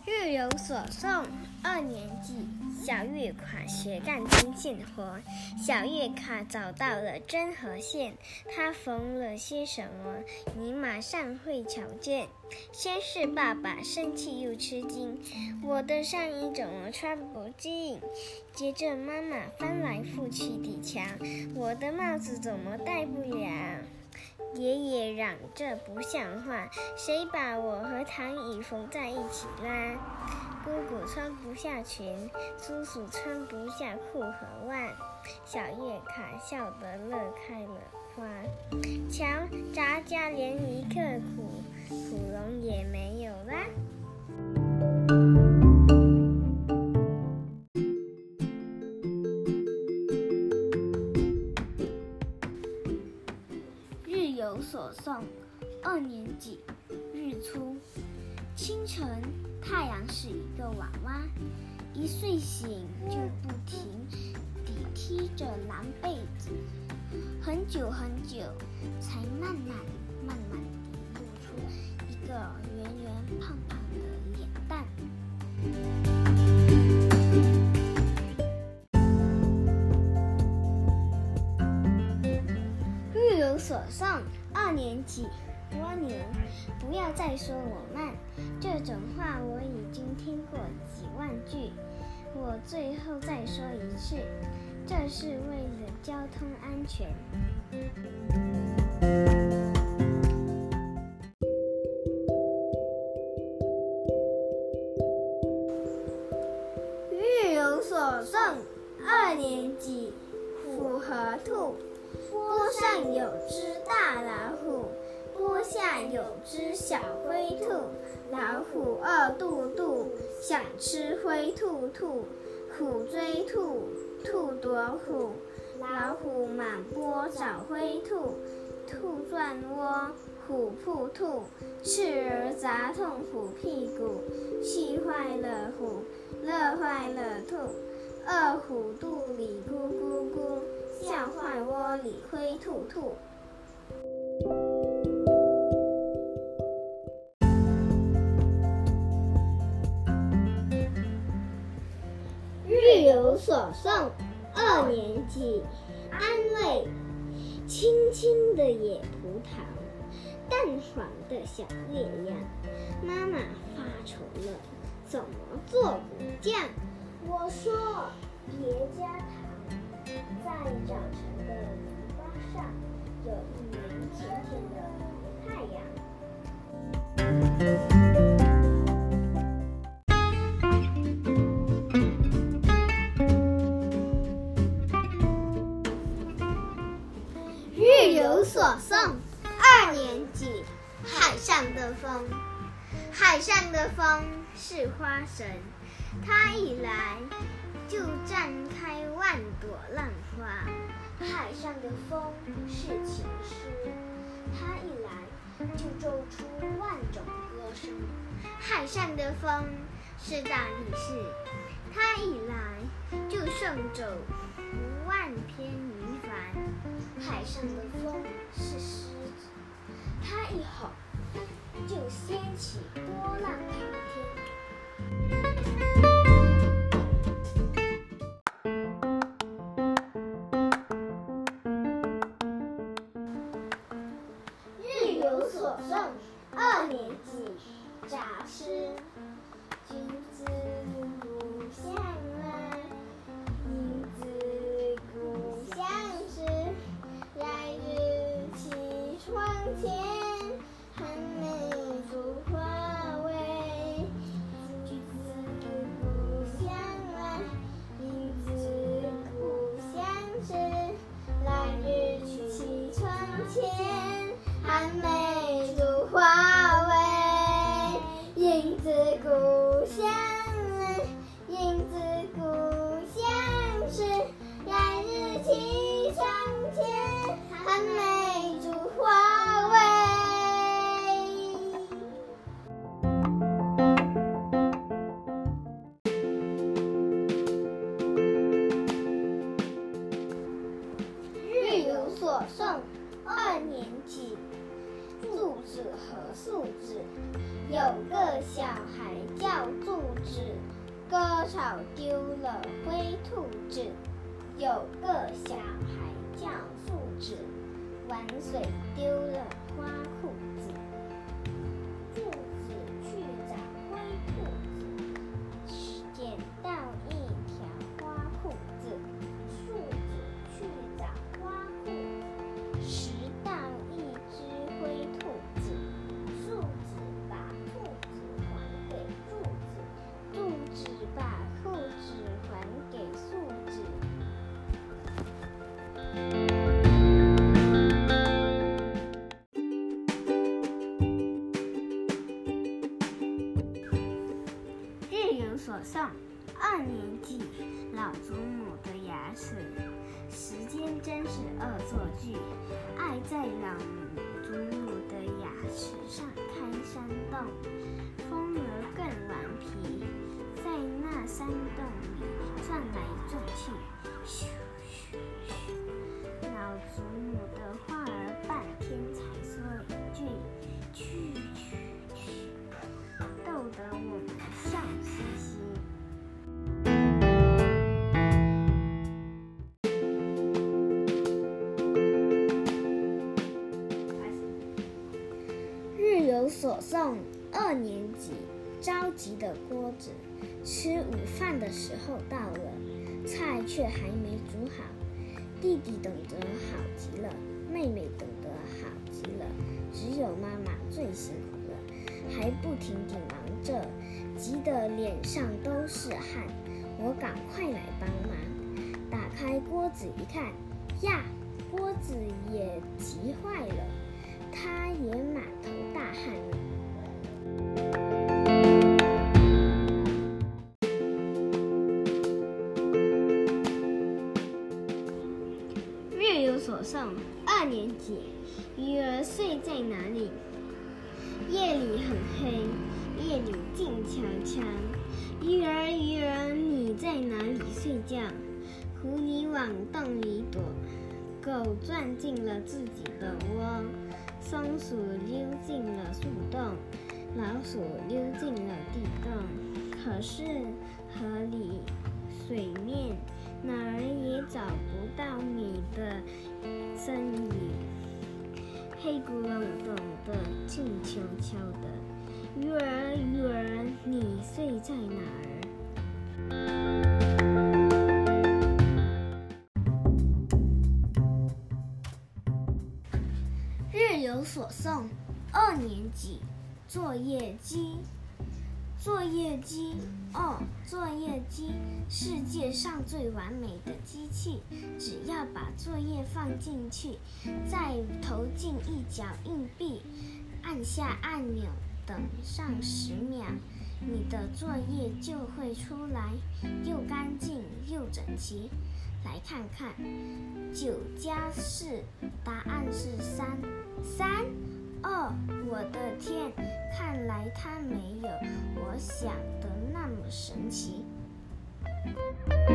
日有所诵，2年级，小月卡学干针线活。小月卡找到了针和线，她缝了些什么？你马上会瞧见。先是爸爸生气又吃惊，我的上衣怎么穿不进？接着妈妈翻来覆去地瞧，我的帽子怎么戴不了？爷爷嚷着不像话，谁把我和唐姨缝在一起啦？姑姑穿不下裙，叔叔穿不下裤和袜。小月卡笑得乐开了花。瞧，咱家连一个苦龙也没有啦。日有所诵，2年级，日出。清晨，太阳是一个娃娃，一睡醒就不停地踢着蓝被子，很久很久，才慢慢地露出一个圆圆胖胖的脸蛋。日有所诵，2年级，蜗牛。不要再说我慢，这种话我已经听过几万句。我最后再说一次，这是为了交通安全。日有所诵，2年级，虎和兔。坡上有只大老虎，坡下有只小灰兔，老虎饿肚肚，想吃灰兔兔，虎追兔，兔躲虎，老虎满坡找灰兔，兔转窝，虎扑兔，刺儿砸痛虎屁股，气坏了虎，乐坏了兔，饿虎肚里咕咕咕，笑坏窝里灰兔兔。日有所诵，2年级，安慰。青青的野葡萄，淡黄的小烈阳，妈妈发愁了，怎么做果酱？我说别加糖，在早晨的篱笆上有一枚甜甜的太阳。日有所诵，2年级，海上的风。海上的风是花神，它一来就绽开万朵浪花。海上的风是情诗，它一来就奏出万种歌声。海上的风是大力士，它一来就送走5万篇云帆。海上的风是狮子，它一吼就掀起波浪滔天。日有所诵，2年级，杂诗。君子故乡来，应自故乡事。来日绮窗前，寒梅著花未？君子故乡来，应自故乡事。来日绮窗前，寒梅著花未？应自故乡来，应自故乡事。来日绮窗前，寒梅著花未？日有所诵，2年级，祝子和素子。有个小孩叫柱子，割草丢了灰兔子。有个小孩叫树子，玩水丢了花裤子。柱子去找灰兔子，捡到一条花裤子。树子去找花裤子，拾到一只灰兔子。树子把兔子还给柱子，柱子把裤子还给树子。日有所诵，2年级，老祖母的牙齿。时间真是恶作剧，爱在老祖母的牙齿上开山洞，风儿更顽皮，在那山洞里转来转去，咻咻咻。老祖母的话儿半天才说一句，去去去，逗得我们笑嘻嘻。日有所诵，2年级，着急的锅子。吃午饭的时候到了，菜却还没煮好。弟弟等得好极了，妹妹等得好极了，只有妈妈最辛苦了，还不停地忙着，急得脸上都是汗。我赶快来帮忙，打开锅子一看，呀，锅子也急坏了，它也满头大汗了。日有所诵，2年级，鱼儿睡在哪里？夜里很黑，夜里静悄悄。鱼儿，鱼儿，你在哪里睡觉？狐狸往洞里躲，狗钻进了自己的窝，松鼠溜进了树洞，老鼠溜进了地洞。可是河里水面哪儿也找不到你的身影，黑咕隆咚的，静悄悄的。鱼儿，鱼儿，你睡在哪儿？日有所诵，2年级，作业机。作业机，哦，作业机，世界上最完美的机器，只要把作业放进去，再投进一角硬币，按下按钮，等上10秒，你的作业就会出来，又干净又整齐。来看看，9加4，答案是3。3？哦，我的天，看来它没有我想的那么神奇。